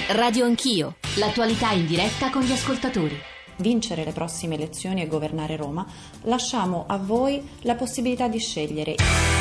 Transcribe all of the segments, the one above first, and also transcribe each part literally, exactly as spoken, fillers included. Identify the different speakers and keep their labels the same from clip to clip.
Speaker 1: Radio Anch'io, l'attualità in diretta con gli ascoltatori.
Speaker 2: Vincere le prossime elezioni e governare Roma, lasciamo a voi la possibilità di scegliere.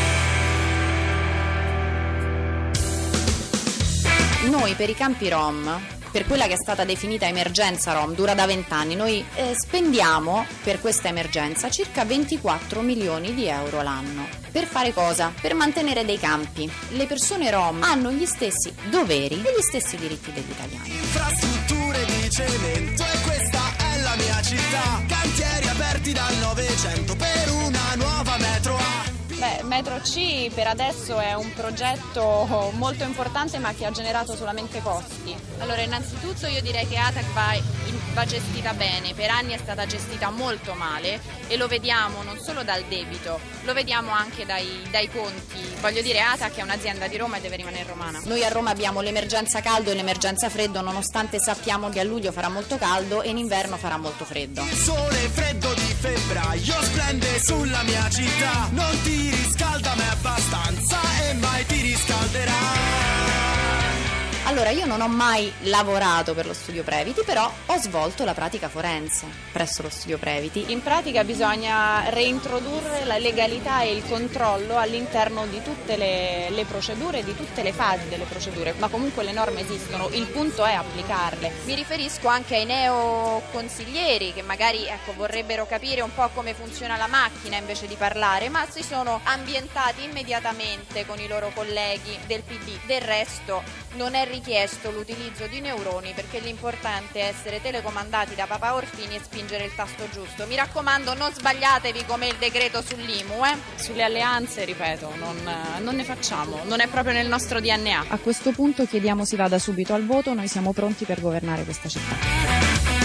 Speaker 2: Noi per i campi Rom, per quella che è stata definita emergenza Rom, dura da vent'anni, noi eh, spendiamo per questa emergenza circa ventiquattro milioni di euro l'anno. Per fare cosa? Per mantenere dei campi. Le persone Rom hanno gli stessi doveri e gli stessi diritti degli italiani.
Speaker 3: Infrastrutture di cemento e questa è la mia città. Cantieri aperti dal Novecento per una nuova metro A.
Speaker 4: Beh, Metro C per adesso è un progetto molto importante ma che ha generato solamente costi.
Speaker 5: Allora, innanzitutto io direi che A T A C va, in, va gestita bene, per anni è stata gestita molto male e lo vediamo non solo dal debito, lo vediamo anche dai, dai conti. Voglio dire, A T A C è un'azienda di Roma e deve rimanere romana.
Speaker 2: Noi a Roma abbiamo l'emergenza caldo e l'emergenza freddo, nonostante sappiamo che a luglio farà molto caldo e in inverno farà molto freddo.
Speaker 3: Il sole freddo di febbraio splende sulla mia città, non ti riscalda me abbastanza e mai ti riscalderà.
Speaker 2: Allora, io non ho mai lavorato per lo studio Previti, però ho svolto la pratica forense presso lo studio Previti.
Speaker 4: In pratica bisogna reintrodurre la legalità e il controllo all'interno di tutte le, le procedure, di tutte le fasi delle procedure, ma comunque le norme esistono, il punto è applicarle.
Speaker 5: Mi riferisco anche ai neoconsiglieri che magari ecco, vorrebbero capire un po' come funziona la macchina invece di parlare, ma si sono ambientati immediatamente con i loro colleghi del P D. Del resto non è richiesto l'utilizzo di neuroni perché l'importante è essere telecomandati da Papa Orfini e spingere il tasto giusto. Mi raccomando, non sbagliatevi come il decreto sull'I M U. Eh?
Speaker 4: Sulle alleanze, ripeto, non, non ne facciamo, non è proprio nel nostro D N A. A questo punto chiediamo si vada subito al voto, noi siamo pronti per governare questa città.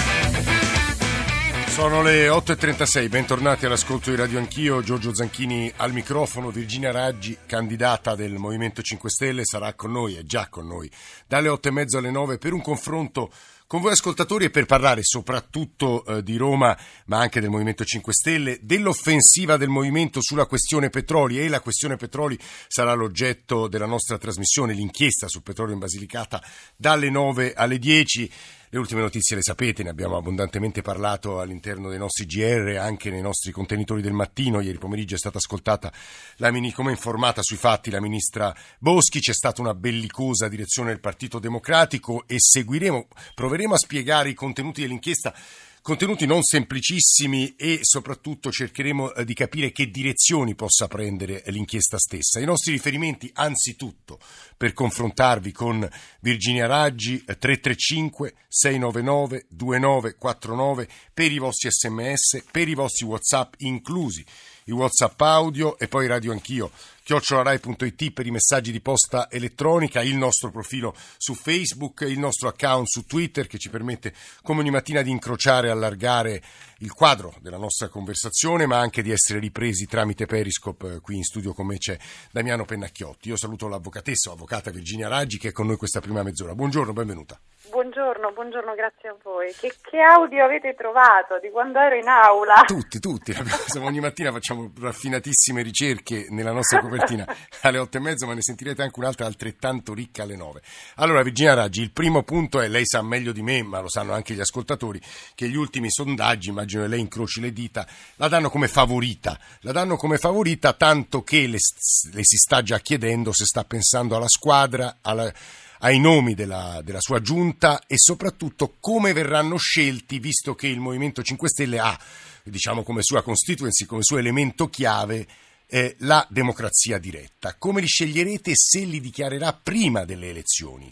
Speaker 6: Sono le otto e trentasei, bentornati all'ascolto di Radio Anch'io, Giorgio Zanchini al microfono, Virginia Raggi, candidata del Movimento cinque Stelle, sarà con noi, è già con noi, dalle otto e mezzo alle nove per un confronto con voi ascoltatori e per parlare soprattutto eh, di Roma, ma anche del Movimento cinque Stelle, dell'offensiva del Movimento sulla questione petroli, e la questione petroli sarà l'oggetto della nostra trasmissione, l'inchiesta sul petrolio in Basilicata, dalle nove alle dieci. Le ultime notizie le sapete, ne abbiamo abbondantemente parlato all'interno dei nostri G R, anche nei nostri contenitori del mattino. Ieri pomeriggio è stata ascoltata, la mini, come informata sui fatti, la ministra Boschi. C'è stata una bellicosa direzione del Partito Democratico e seguiremo, proveremo a spiegare i contenuti dell'inchiesta. Contenuti non semplicissimi e soprattutto cercheremo di capire che direzioni possa prendere l'inchiesta stessa. I nostri riferimenti anzitutto per confrontarvi con Virginia Raggi, tre tre cinque sei nove nove due nove quattro nove per i vostri sms, per i vostri WhatsApp inclusi i WhatsApp audio e poi Radio Anch'io chiocciola rai punto it per i messaggi di posta elettronica, il nostro profilo su Facebook, il nostro account su Twitter che ci permette come ogni mattina di incrociare e allargare il quadro della nostra conversazione, ma anche di essere ripresi tramite Periscope. Qui in studio con me c'è Damiano Pennacchiotti. Io saluto l'avvocatessa, avvocata Virginia Raggi, che è con noi questa prima mezz'ora. Buongiorno, benvenuta.
Speaker 7: Buongiorno, buongiorno, grazie a voi. Che, che audio avete trovato di quando ero in aula?
Speaker 6: Tutti, tutti. Ogni mattina facciamo raffinatissime ricerche nella nostra copertina alle otto e mezza, ma ne sentirete anche un'altra altrettanto ricca alle nove. Allora, Virginia Raggi, il primo punto è, lei sa meglio di me, ma lo sanno anche gli ascoltatori, che gli ultimi sondaggi, immagino che lei incroci le dita, la danno come favorita. La danno come favorita tanto che le, le si sta già chiedendo se sta pensando alla squadra, alla... ai nomi della, della sua giunta e soprattutto come verranno scelti, visto che il Movimento cinque Stelle ha, diciamo, come sua constituency, come suo elemento chiave, eh, la democrazia diretta. Come li sceglierete, se li dichiarerà prima delle elezioni?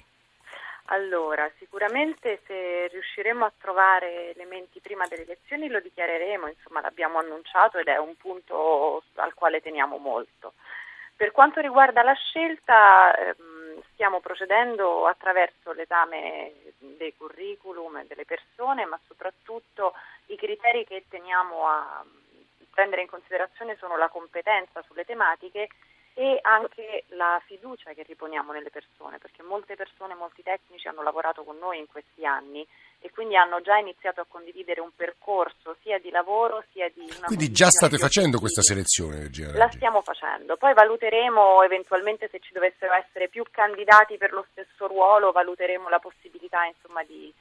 Speaker 7: Allora, sicuramente se riusciremo a trovare elementi prima delle elezioni lo dichiareremo, insomma l'abbiamo annunciato ed è un punto al quale teniamo molto. Per quanto riguarda la scelta, ehm, stiamo procedendo attraverso l'esame dei curriculum e delle persone, ma soprattutto i criteri che teniamo a prendere in considerazione sono la competenza sulle tematiche e anche la fiducia che riponiamo nelle persone, perché molte persone, molti tecnici hanno lavorato con noi in questi anni e quindi hanno già iniziato a condividere un percorso sia di lavoro sia di una
Speaker 6: Quindi già state facendo
Speaker 7: obiettivi.
Speaker 6: questa selezione, Virginia
Speaker 7: La
Speaker 6: Raggi?
Speaker 7: stiamo facendo, poi valuteremo eventualmente se ci dovessero essere più candidati per lo stesso ruolo, valuteremo la possibilità insomma di,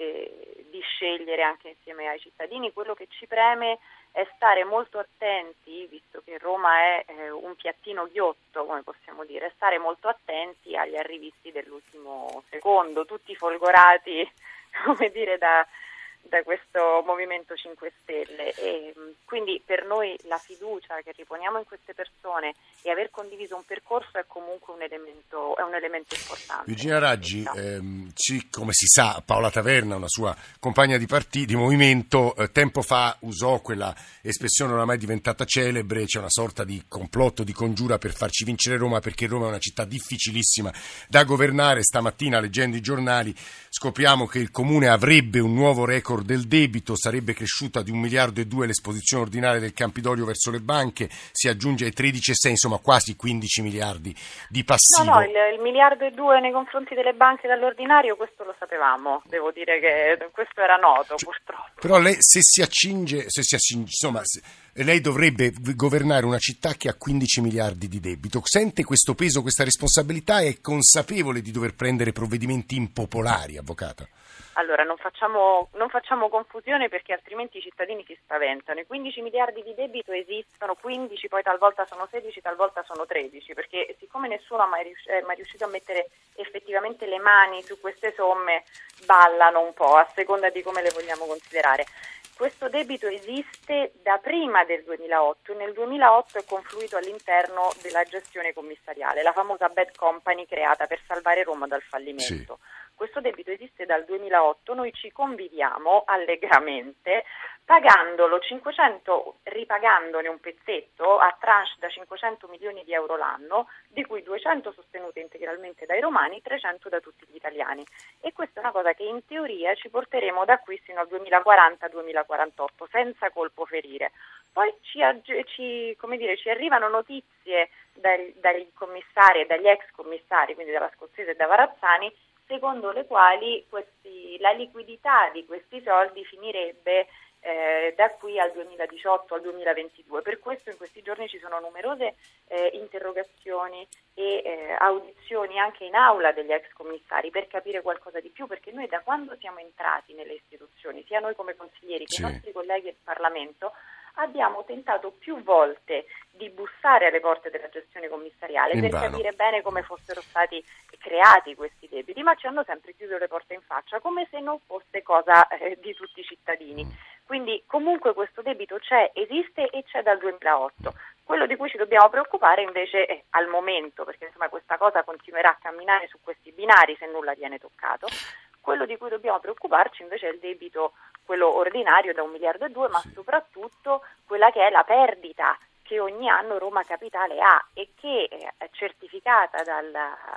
Speaker 7: eh, di scegliere anche insieme ai cittadini. Quello che ci preme è stare molto attenti, visto che Roma è eh, un piattino ghiotto, come possiamo dire, stare molto attenti agli arrivisti dell'ultimo secondo, tutti folgorati, come dire, da, da questo Movimento cinque Stelle. E quindi per noi la fiducia che riponiamo in queste persone e aver condiviso un percorso è comunque un elemento, è un elemento importante.
Speaker 6: Virginia Raggi, ehm, ci, come si sa, Paola Taverna, una sua compagna di partito, di movimento, eh, tempo fa usò quella espressione oramai diventata celebre, c'è una sorta di complotto, di congiura per farci vincere Roma, perché Roma è una città difficilissima da governare. Stamattina, leggendo i giornali, scopriamo che il Comune avrebbe un nuovo record del debito, sarebbe cresciuta di un miliardo e due l'esposizione ordinaria del Campidoglio verso le banche, si aggiunge ai tredici virgola sei, insomma quasi quindici miliardi di passivo.
Speaker 7: No, no, il, il miliardo e due nei confronti delle banche dall'ordinario, questo lo sapevamo, devo dire che questo era noto, cioè, purtroppo.
Speaker 6: Però lei se si accinge, se si accinge, insomma, se, lei dovrebbe governare una città che ha quindici miliardi di debito, sente questo peso, questa responsabilità e è consapevole di dover prendere provvedimenti impopolari, avvocata?
Speaker 7: Allora, non facciamo, non facciamo confusione, perché altrimenti i cittadini si spaventano. I quindici miliardi di debito esistono, quindici poi talvolta sono sedici, talvolta sono tredici, perché siccome nessuno è mai, rius- è mai riuscito a mettere effettivamente le mani su queste somme, ballano un po' a seconda di come le vogliamo considerare. Questo debito esiste da prima del duemilaotto, nel duemilaotto è confluito all'interno della gestione commissariale, la famosa bad company creata per salvare Roma dal fallimento. Sì. Questo debito esiste dal duemilaotto, noi ci conviviamo allegramente pagandolo cinquecento, ripagandone un pezzetto a tranche da cinquecento milioni di euro l'anno, di cui duecento sostenute integralmente dai romani, trecento da tutti gli italiani. E questa è una cosa che in teoria ci porteremo da qui fino al duemilaquaranta duemilaquarantotto, senza colpo ferire. Poi ci, ci, come dire, ci arrivano notizie dai, dagli commissari e dagli ex commissari, quindi dalla Scozzese e da Varazzani, secondo le quali questi, la liquidità di questi soldi finirebbe eh, da qui al duemiladiciotto al duemilaventidue. Per questo in questi giorni ci sono numerose eh, interrogazioni e eh, audizioni anche in aula degli ex commissari per capire qualcosa di più, perché noi da quando siamo entrati nelle istituzioni, sia noi come consiglieri che sì. i nostri colleghi del Parlamento, abbiamo tentato più volte di bussare alle porte della gestione commissariale in per vano. capire bene come fossero stati creati questi debiti, ma ci hanno sempre chiuso le porte in faccia, come se non fosse cosa eh, di tutti i cittadini. Quindi comunque questo debito c'è, esiste e c'è dal duemilaotto. Quello di cui ci dobbiamo preoccupare invece è al momento, perché insomma questa cosa continuerà a camminare su questi binari se nulla viene toccato. Quello di cui dobbiamo preoccuparci invece è il debito, quello ordinario da un miliardo e due, ma sì. soprattutto quella che è la perdita che ogni anno Roma Capitale ha e che è certificata dal,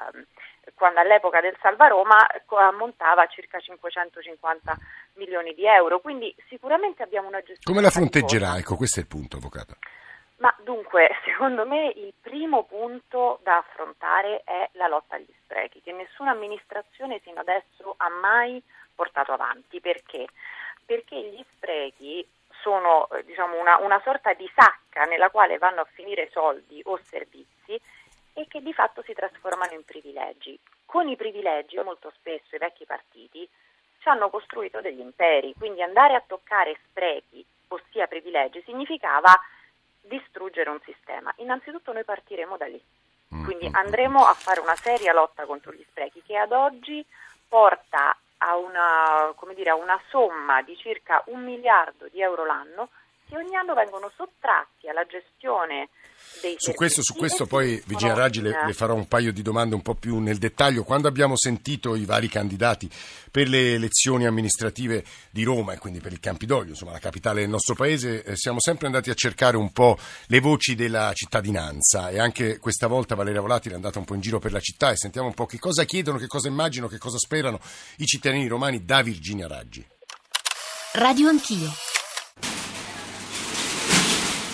Speaker 7: quando all'epoca del Salva Roma ammontava a circa cinquecentocinquanta milioni di euro. Quindi sicuramente abbiamo una gestione.
Speaker 6: Come la fronteggerà? Ecco, questo è il punto, avvocata.
Speaker 7: Ma dunque, secondo me il primo punto da affrontare è la lotta agli sprechi, che nessuna amministrazione sino adesso ha mai portato avanti. Perché? Perché gli sprechi sono diciamo una, una sorta di sacca nella quale vanno a finire soldi o servizi e che di fatto si trasformano in privilegi. Con i privilegi molto spesso i vecchi partiti ci hanno costruito degli imperi, quindi andare a toccare sprechi, ossia privilegi, significava distruggere un sistema. Innanzitutto noi partiremo da lì, quindi andremo a fare una seria lotta contro gli sprechi che ad oggi porta a una, come dire, a una somma di circa un miliardo di euro l'anno che ogni anno vengono sottratti alla gestione dei
Speaker 6: su questo, su questo poi Virginia Raggi le, le farò un paio di domande un po' più nel dettaglio. Quando abbiamo sentito i vari candidati per le elezioni amministrative di Roma e quindi per il Campidoglio, insomma la capitale del nostro paese, eh, siamo sempre andati a cercare un po' le voci della cittadinanza e anche questa volta Valeria Volati è andata un po' in giro per la città e sentiamo un po' che cosa chiedono, che cosa immaginano, che cosa sperano i cittadini romani da Virginia Raggi.
Speaker 1: Radio Anch'io.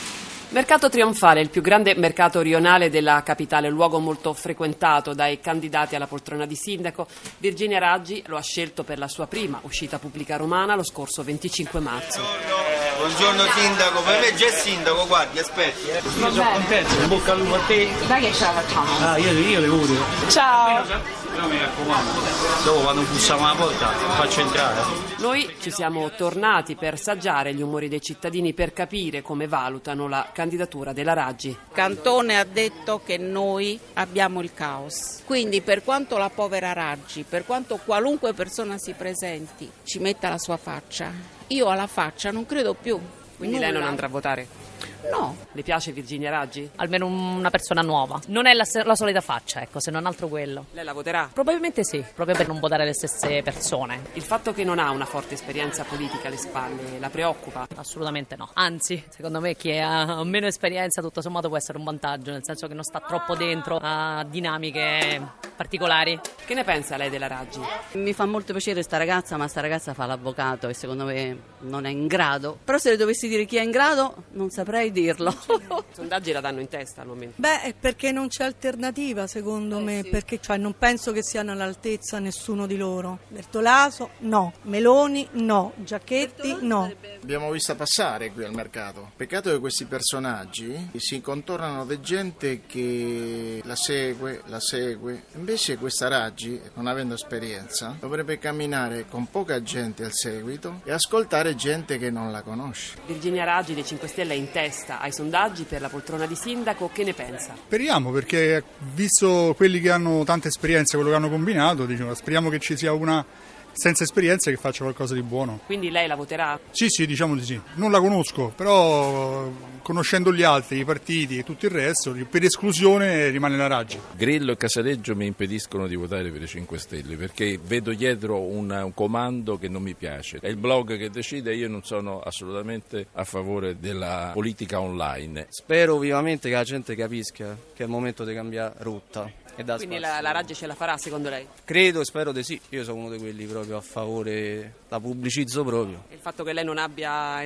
Speaker 8: Mercato Trionfale, il più grande mercato rionale della capitale, un luogo molto frequentato dai candidati alla poltrona di sindaco. Virginia Raggi lo ha scelto per la sua prima uscita pubblica romana lo scorso venticinque marzo.
Speaker 9: Buongiorno, buongiorno sindaco, per me già è sindaco, guardi, aspetti. Eh.
Speaker 10: Io sono contento, in bocca al lupo a te.
Speaker 5: Dai che ce la facciamo.
Speaker 10: Ah, io, io le voglio.
Speaker 4: Ciao.
Speaker 10: Però mi raccomando, dopo quando bussiamo la porta faccio entrare.
Speaker 8: Noi ci siamo tornati per saggiare gli umori dei cittadini, per capire come valutano la candidatura della Raggi.
Speaker 11: Cantone ha detto che noi abbiamo il caos, quindi per quanto la povera Raggi, per quanto qualunque persona si presenti ci metta la sua faccia, io alla faccia non credo più.
Speaker 8: Quindi
Speaker 11: Nulla.
Speaker 8: lei non andrà a votare?
Speaker 11: No.
Speaker 8: Le piace Virginia Raggi?
Speaker 12: Almeno una persona nuova. Non è la, la solita faccia, ecco, se non altro quello.
Speaker 8: Lei la voterà?
Speaker 12: Probabilmente sì, proprio per non votare le stesse persone.
Speaker 8: Il fatto che non ha una forte esperienza politica alle spalle la preoccupa?
Speaker 12: Assolutamente no. Anzi, secondo me chi ha meno esperienza tutto sommato può essere un vantaggio, nel senso che non sta troppo dentro a dinamiche particolari.
Speaker 8: Che ne pensa lei della Raggi?
Speaker 13: Mi fa molto piacere sta ragazza, ma sta ragazza fa l'avvocato e secondo me non è in grado. Però se le dovessi dire chi è in grado, non saprei dirlo.
Speaker 8: I sondaggi la danno in testa al momento.
Speaker 14: Beh, perché non c'è alternativa secondo
Speaker 13: eh,
Speaker 14: me,
Speaker 13: sì.
Speaker 14: perché cioè, non penso che siano all'altezza nessuno di loro. Bertolaso no, Meloni no, Giacchetti no.
Speaker 15: Abbiamo vista passare qui al mercato. Peccato che questi personaggi si contornano di gente che la segue, la segue. Invece questa Raggi, non avendo esperienza, dovrebbe camminare con poca gente al seguito e ascoltare gente che non la conosce.
Speaker 8: Virginia Raggi dei cinque Stelle è in testa ai sondaggi per la poltrona di sindaco, che ne pensa?
Speaker 16: Speriamo, perché visto quelli che hanno tanta esperienza, quello che hanno combinato, diciamo, speriamo che ci sia una senza esperienza che faccia qualcosa di buono.
Speaker 8: Quindi lei la voterà?
Speaker 16: Sì, sì, diciamo di sì. Non la conosco, però conoscendo gli altri, i partiti e tutto il resto, per esclusione rimane la Raggi.
Speaker 17: Grillo e Casaleggio mi impediscono di votare per i cinque Stelle perché vedo dietro un, un comando che non mi piace. È il blog che decide, io non sono assolutamente a favore della politica online.
Speaker 18: Spero vivamente che la gente capisca che è il momento di cambiare rotta.
Speaker 8: Quindi la, la Raggi ce la farà secondo lei?
Speaker 18: Credo e spero di sì, io sono uno di quelli proprio a favore, la pubblicizzo proprio.
Speaker 8: E il fatto che lei non abbia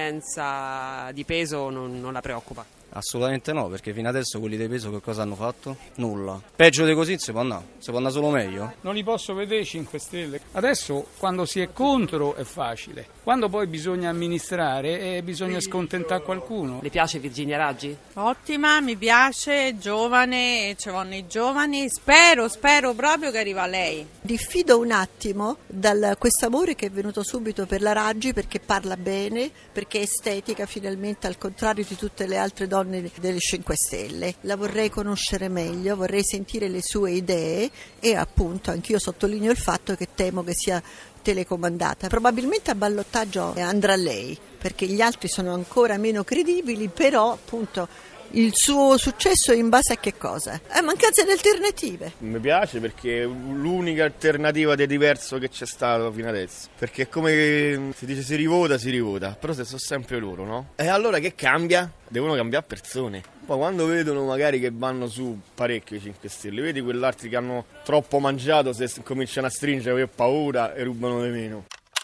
Speaker 8: esperienza di peso non, non la preoccupa?
Speaker 18: Assolutamente no, perché fino adesso quelli di peso che cosa hanno fatto? Nulla. Peggio di così si può andare, si può andare solo meglio.
Speaker 10: Non li posso vedere i cinque Stelle. Adesso quando si è contro è facile, quando poi bisogna amministrare eh, bisogna scontentare qualcuno.
Speaker 8: Le piace Virginia Raggi?
Speaker 11: Ottima, mi piace, giovane, ci vanno i giovani, spero, spero proprio che arriva lei.
Speaker 14: Diffido un attimo da questo amore che è venuto subito per la Raggi, perché parla bene, perché è estetica finalmente, al contrario di tutte le altre donne delle cinque Stelle. La vorrei conoscere meglio, vorrei sentire le sue idee e appunto anch'io sottolineo il fatto che temo che sia telecomandata. Probabilmente a ballottaggio andrà lei, perché gli altri sono ancora meno credibili, però appunto il suo successo è in base a che cosa? A mancanza di alternative.
Speaker 19: Mi piace perché è l'unica alternativa di diverso che c'è stato fino adesso. Perché è come si dice, si rivota, si rivota, però se sono sempre loro, no? E allora che cambia? Devono cambiare persone. Poi quando vedono magari che vanno su parecchio i cinque Stelle, vedi quell'altri che hanno troppo mangiato, se cominciano a stringere per paura e rubano di meno.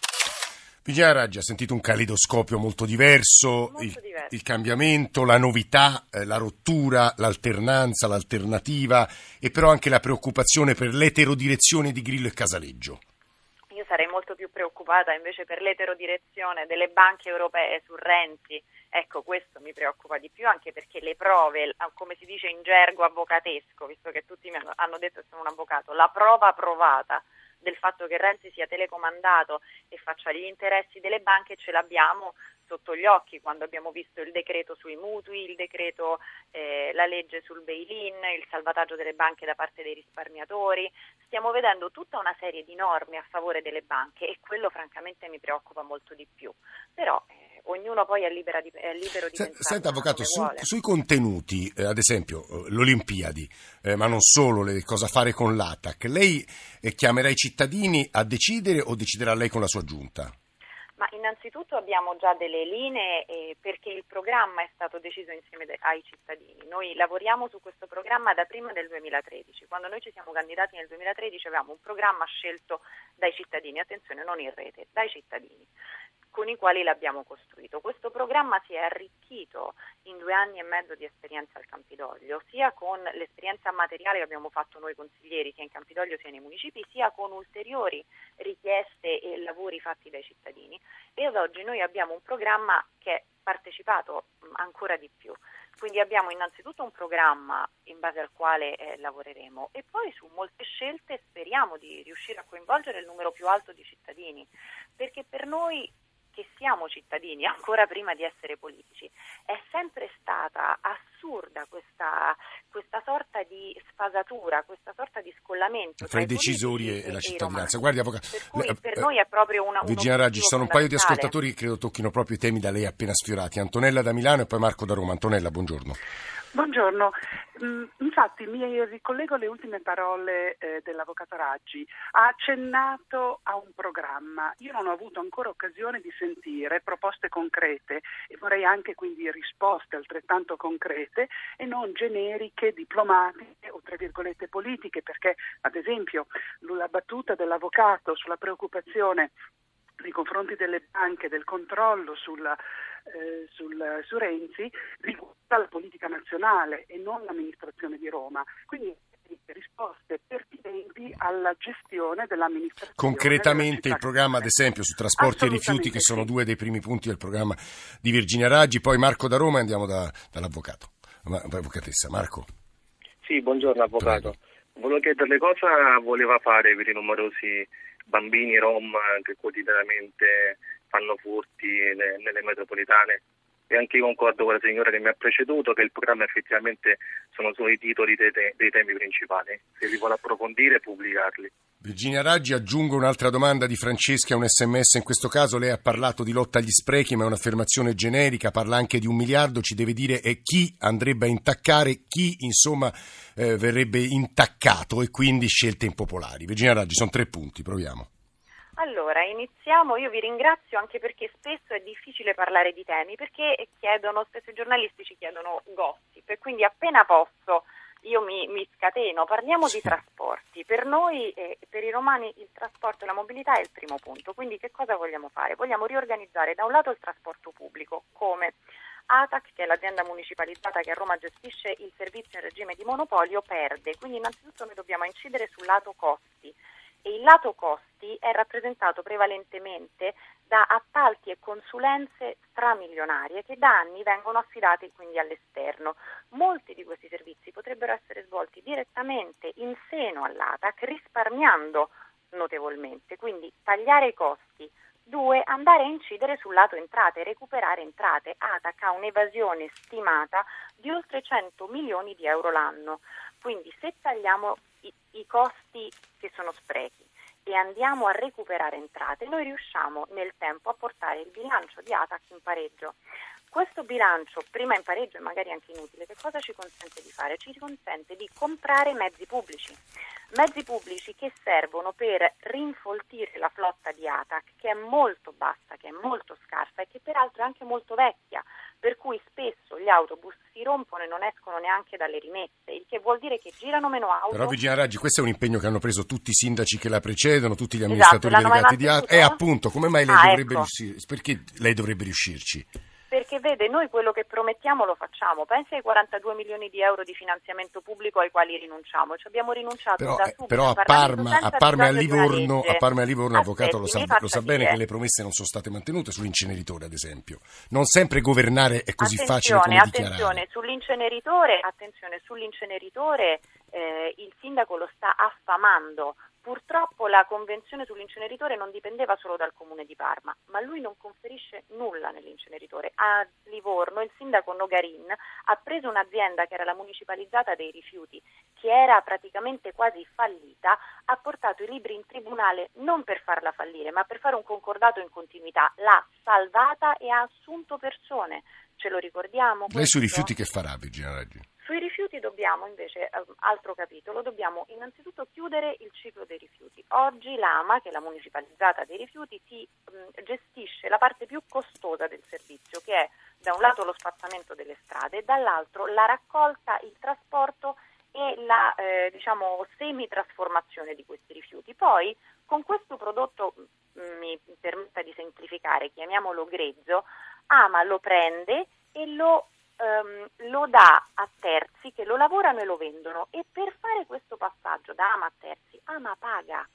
Speaker 6: Virginia Raggi ha sentito un calidoscopio molto diverso,
Speaker 7: molto
Speaker 6: il,
Speaker 7: diverso.
Speaker 6: il cambiamento, la novità, eh, la rottura, l'alternanza, l'alternativa e però anche la preoccupazione per l'eterodirezione di Grillo e Casaleggio.
Speaker 7: Io sarei molto più preoccupata invece per l'eterodirezione delle banche europee su Renzi. Ecco, questo mi preoccupa di più, anche perché le prove, come si dice in gergo avvocatesco, visto che tutti mi hanno, hanno detto che sono un avvocato, la prova provata del fatto che Renzi sia telecomandato e faccia gli interessi delle banche ce l'abbiamo sotto gli occhi quando abbiamo visto il decreto sui mutui, il decreto, eh, la legge sul bail-in, il salvataggio delle banche da parte dei risparmiatori. Stiamo vedendo tutta una serie di norme a favore delle banche e quello francamente mi preoccupa molto di più. Però eh, ognuno poi è, libera di, è libero di pensare.
Speaker 6: Senta avvocato, su, sui contenuti, eh, ad esempio eh, l'Olimpiadi, eh, ma non solo, le, cosa fare con l'A T A C, lei eh, chiamerà i cittadini a decidere o deciderà lei con la sua giunta?
Speaker 7: Ma innanzitutto innanzitutto abbiamo già delle linee eh, perché il programma è stato deciso insieme de- ai cittadini. Noi lavoriamo su questo programma da prima del duemilatredici. Quando noi ci siamo candidati nel duemilatredici avevamo un programma scelto dai cittadini, attenzione, non in rete, dai cittadini, con i quali l'abbiamo costruito. Questo programma si è arricchito in due anni e mezzo di esperienza al Campidoglio, sia con l'esperienza materiale che abbiamo fatto noi consiglieri, sia in Campidoglio sia nei municipi, sia con ulteriori richieste e lavori fatti dai cittadini. E ad oggi noi abbiamo un programma che è partecipato ancora di più. Quindi abbiamo innanzitutto un programma in base al quale eh, lavoreremo e poi su molte scelte speriamo di riuscire a coinvolgere il numero più alto di cittadini, perché per noi che siamo cittadini, ancora prima di essere politici, è sempre stata assurda questa, questa sorta di sfasatura, questa sorta di scollamento
Speaker 6: tra i decisori e, e la cittadinanza. Guardi, avvocato,
Speaker 7: per cui
Speaker 6: le,
Speaker 7: per noi è proprio una
Speaker 6: Virginia Raggi, ci sono un paio di ascoltatori che credo tocchino proprio i temi da lei appena sfiorati. Antonella da Milano e poi Marco da Roma. Antonella, buongiorno.
Speaker 20: Buongiorno, infatti mi ricollego alle ultime parole eh, dell'avvocato Raggi. Ha accennato a un programma. Io non ho avuto ancora occasione di sentire proposte concrete e vorrei anche quindi risposte altrettanto concrete e non generiche, diplomatiche o tra virgolette politiche, perché ad esempio la battuta dell'avvocato sulla preoccupazione nei confronti delle banche, del controllo sulla, eh, sul, su Renzi, riguarda la politica nazionale e non l'amministrazione di Roma. Quindi risposte pertinenti alla gestione dell'amministrazione.
Speaker 6: Concretamente il programma, ad esempio, su trasporti e rifiuti, che sono sì. due dei primi punti del programma di Virginia Raggi, poi Marco da Roma e andiamo da, dall'avvocato. Ma, avvocatessa, Marco.
Speaker 21: Sì, buongiorno avvocato. Prego. Volevo chiederle cosa voleva fare per i numerosi bambini rom che quotidianamente fanno furti nelle metropolitane, e anche io concordo con la signora che mi ha preceduto che il programma effettivamente sono solo i titoli dei, te- dei temi principali, se li vuole approfondire pubblicarli.
Speaker 6: Virginia Raggi, aggiungo un'altra domanda di Francesca, un sms. In questo caso lei ha parlato di lotta agli sprechi, ma è un'affermazione generica, parla anche di un miliardo, ci deve dire è chi andrebbe a intaccare, chi insomma eh, verrebbe intaccato, e quindi scelte impopolari. Virginia Raggi, sono tre punti, proviamo.
Speaker 7: Allora, iniziamo, io vi ringrazio anche perché spesso è difficile parlare di temi, perché chiedono, spesso i giornalisti ci chiedono gossip, e quindi appena posso io mi, mi scateno. Parliamo sì. di trasporti. Per noi, eh, per i romani, il trasporto e la mobilità è il primo punto. Quindi che cosa vogliamo fare? Vogliamo riorganizzare da un lato il trasporto pubblico, come A T A C, che è l'azienda municipalizzata che a Roma gestisce il servizio in regime di monopolio, perde. Quindi innanzitutto noi dobbiamo incidere sul lato costi. E il lato costi è rappresentato prevalentemente da appalti e consulenze stramilionarie che da anni vengono affidati quindi all'esterno. Molti di questi servizi potrebbero essere svolti direttamente in seno all'A T A C, risparmiando notevolmente, quindi tagliare i costi. Due, andare a incidere sul lato entrate, recuperare entrate. A T A C ha un'evasione stimata di oltre cento milioni di euro l'anno, quindi se tagliamo i, i costi che sono sprechi e andiamo a recuperare entrate, noi riusciamo nel tempo a portare il bilancio di A T A C in pareggio. Questo bilancio, prima in pareggio e magari anche inutile, che cosa ci consente di fare? Ci consente di comprare mezzi pubblici, mezzi pubblici che servono per rinfoltire la flotta di A T A C, che è molto bassa, che è molto scarsa e che peraltro è anche molto vecchia, per cui spesso gli autobus si rompono e non escono neanche dalle rimesse, il che vuol dire che girano meno auto.
Speaker 6: Però Virginia Raggi, questo è un impegno che hanno preso tutti i sindaci che la precedono, tutti gli amministratori esatto, delegati di A T A C. E appunto, come mai lei ah, dovrebbe ecco. riuscire? Perché lei dovrebbe riuscirci?
Speaker 7: Perché vede, noi quello che promettiamo lo facciamo. Pensi ai quarantadue milioni di euro di finanziamento pubblico ai quali rinunciamo. Ci abbiamo rinunciato
Speaker 6: però,
Speaker 7: da subito.
Speaker 6: Però a Parma, a Parma e a Livorno, a Parma e a Livorno, avvocato lo sa, lo sa bene che le promesse non sono state mantenute sull'inceneritore, ad esempio. Non sempre governare è così
Speaker 7: attenzione,
Speaker 6: facile come
Speaker 7: attenzione,
Speaker 6: dichiarare.
Speaker 7: Sull'inceneritore, attenzione, sull'inceneritore eh, il sindaco lo sta affamando. Purtroppo la convenzione sull'inceneritore non dipendeva solo dal comune di Parma, ma lui non conferisce nulla nell'inceneritore. A Livorno il sindaco Nogarin ha preso un'azienda che era la municipalizzata dei rifiuti, che era praticamente quasi fallita, ha portato i libri in tribunale non per farla fallire, ma per fare un concordato in continuità. L'ha salvata e ha assunto persone. Ce lo ricordiamo?
Speaker 6: Lei sui rifiuti che farà, Virginia Raggi?
Speaker 7: Sui rifiuti dobbiamo invece, altro capitolo, dobbiamo innanzitutto chiudere il ciclo dei rifiuti. Oggi l'AMA, che è la municipalizzata dei rifiuti, si mh, gestisce la parte più costosa del servizio, che è da un lato lo spazzamento delle strade e dall'altro la raccolta, il trasporto e la eh, diciamo semi-trasformazione di questi rifiuti. Poi con questo prodotto, mh, mi permetta di semplificare, chiamiamolo grezzo, AMA lo prende e lo Um, lo dà a terzi che lo lavorano e lo vendono, e per fare questo passaggio da AMA a terzi AMA paga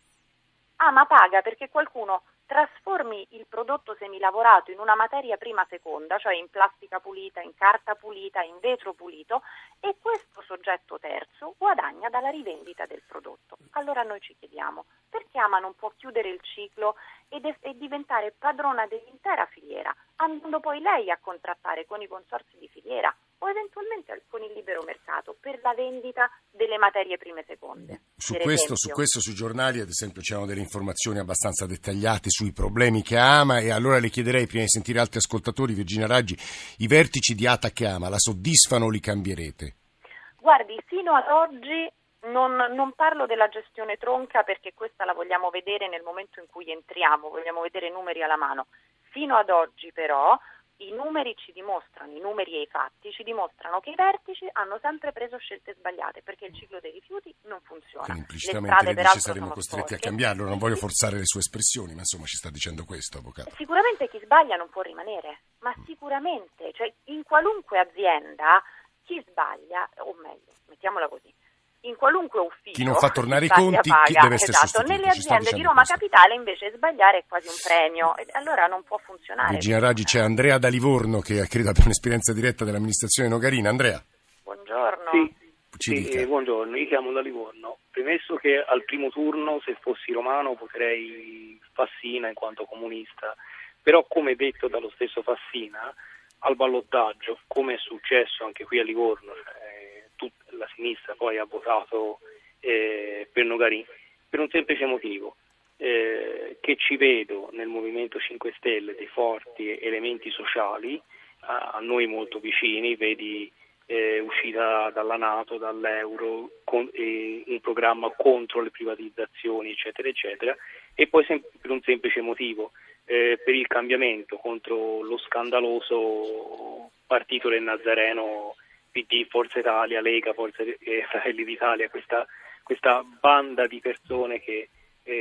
Speaker 7: AMA paga perché qualcuno trasformi il prodotto semilavorato in una materia prima seconda, cioè in plastica pulita, in carta pulita, in vetro pulito, e questo soggetto terzo guadagna dalla rivendita del prodotto. Allora noi ci chiediamo perché AMA non può chiudere il ciclo ed e, e diventare padrona dell'intera filiera, andando poi lei a contrattare con i consorzi di filiera o eventualmente con il libero mercato per la vendita delle materie prime seconde.
Speaker 6: Su questo, su questo, sui giornali ad esempio c'erano delle informazioni abbastanza dettagliate sui problemi che ha AMA, e allora le chiederei, prima di sentire altri ascoltatori, Virginia Raggi, i vertici di ATAC e AMA la soddisfano o li cambierete?
Speaker 7: Guardi, fino ad oggi non, non parlo della gestione tronca perché questa la vogliamo vedere nel momento in cui entriamo, vogliamo vedere i numeri alla mano. Fino ad oggi però i numeri ci dimostrano, i numeri e i fatti ci dimostrano che i vertici hanno sempre preso scelte sbagliate perché il ciclo dei rifiuti non funziona.
Speaker 6: Quindi implicitamente lei dice saremo costretti sporche. a cambiarlo, non voglio forzare le sue espressioni, ma insomma ci sta dicendo questo, avvocato.
Speaker 7: Sicuramente chi sbaglia non può rimanere, ma sicuramente, cioè in qualunque azienda chi sbaglia, o meglio, mettiamola così, in qualunque ufficio
Speaker 6: chi non fa tornare i conti
Speaker 7: paga,
Speaker 6: chi deve essere
Speaker 7: esatto.
Speaker 6: sostituito.
Speaker 7: Nelle aziende di Roma
Speaker 6: questo.
Speaker 7: Capitale invece sbagliare è quasi un premio, e allora non può funzionare.
Speaker 6: Virginia Raggi, c'è Andrea da Livorno che credo abbia un'esperienza diretta dell'amministrazione Nogarina. Andrea.
Speaker 7: Buongiorno.
Speaker 3: Sì,
Speaker 6: Ci
Speaker 3: sì eh, buongiorno, io chiamo da Livorno. Premesso che al primo turno, se fossi romano, voterei Fassina in quanto comunista, però come detto dallo stesso Fassina, al ballottaggio, come è successo anche qui a Livorno, la sinistra poi ha votato eh, per Nogarin per un semplice motivo, eh, che ci vedo nel Movimento cinque Stelle dei forti elementi sociali a, a noi molto vicini, vedi eh, uscita dalla NATO, dall'euro, con, eh, un programma contro le privatizzazioni eccetera eccetera, e poi sem- per un semplice motivo, eh, per il cambiamento, contro lo scandaloso partito del Nazareno, P D, Forza Italia, Lega, Forza e Fratelli d'Italia, questa, questa banda di persone che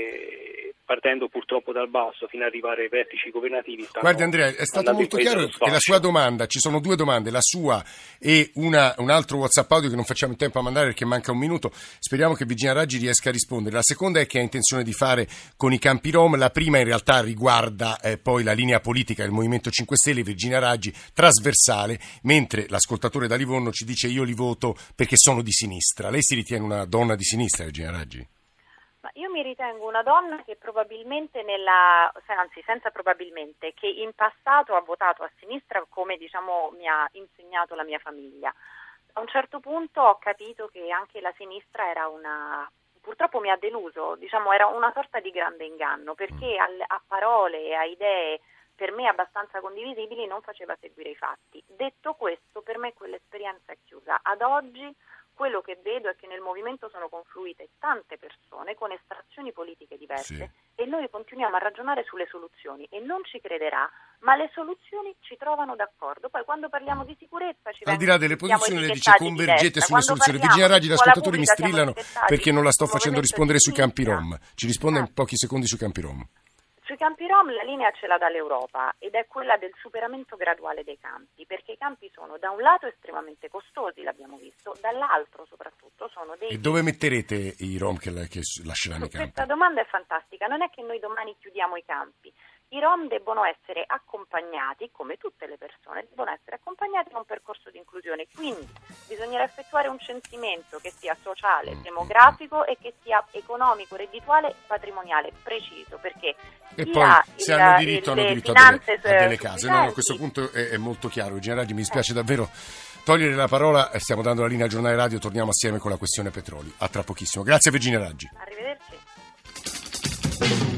Speaker 3: eh, partendo purtroppo dal basso fino ad arrivare ai vertici governativi stanno.
Speaker 6: Guardi Andrea, è stato molto chiaro che la sua domanda, ci sono due domande, la sua e una, un altro WhatsApp audio che non facciamo in tempo a mandare perché manca un minuto, speriamo che Virginia Raggi riesca a rispondere. La seconda è che ha intenzione di fare con i campi rom, la prima in realtà riguarda eh, poi la linea politica del Movimento cinque Stelle, Virginia Raggi, trasversale, mentre l'ascoltatore da Livorno ci dice io li voto perché sono di sinistra. Lei si ritiene una donna di sinistra, Virginia Raggi?
Speaker 7: Ma io mi ritengo una donna che probabilmente nella, anzi senza probabilmente, che in passato ha votato a sinistra come diciamo mi ha insegnato la mia famiglia. A un certo punto ho capito che anche la sinistra era una, purtroppo mi ha deluso, diciamo era una sorta di grande inganno, perché a, a parole e a idee per me abbastanza condivisibili non faceva seguire i fatti. Detto questo, per me quell'esperienza è chiusa. Ad oggi quello che vedo è che nel movimento sono confluite tante persone con estrazioni politiche diverse, sì, e noi continuiamo a ragionare sulle soluzioni e non ci crederà, ma le soluzioni ci trovano d'accordo. Poi quando parliamo di sicurezza ci
Speaker 6: al di là delle posizioni lei dice convergete sulle soluzioni. Virginia Raggi, gli ascoltatori mi strillano perché non la sto facendo rispondere sui campi rom. Ci risponde in pochi secondi sui campi rom.
Speaker 7: Sui campi rom la linea ce l'ha dall'Europa ed è quella del superamento graduale dei campi, perché i campi sono da un lato estremamente costosi, l'abbiamo visto, dall'altro soprattutto sono dei...
Speaker 6: E dove metterete i rom che, che lasceranno i campi?
Speaker 7: Questa domanda è fantastica, non è che noi domani chiudiamo i campi, i rom debbono essere accompagnati, come tutte le persone, debbono essere accompagnati da un percorso di inclusione, quindi bisognerà effettuare un censimento che sia sociale, demografico e che sia economico, reddituale, patrimoniale, preciso, perché
Speaker 6: e poi se il, hanno diritto hanno diritto a delle, a delle case. No, a questo punto è, è molto chiaro. Virginia Raggi, mi dispiace davvero togliere la parola, stiamo dando la linea al giornale radio, torniamo assieme con la questione petroli a tra pochissimo. Grazie Virginia Raggi.
Speaker 7: Arrivederci.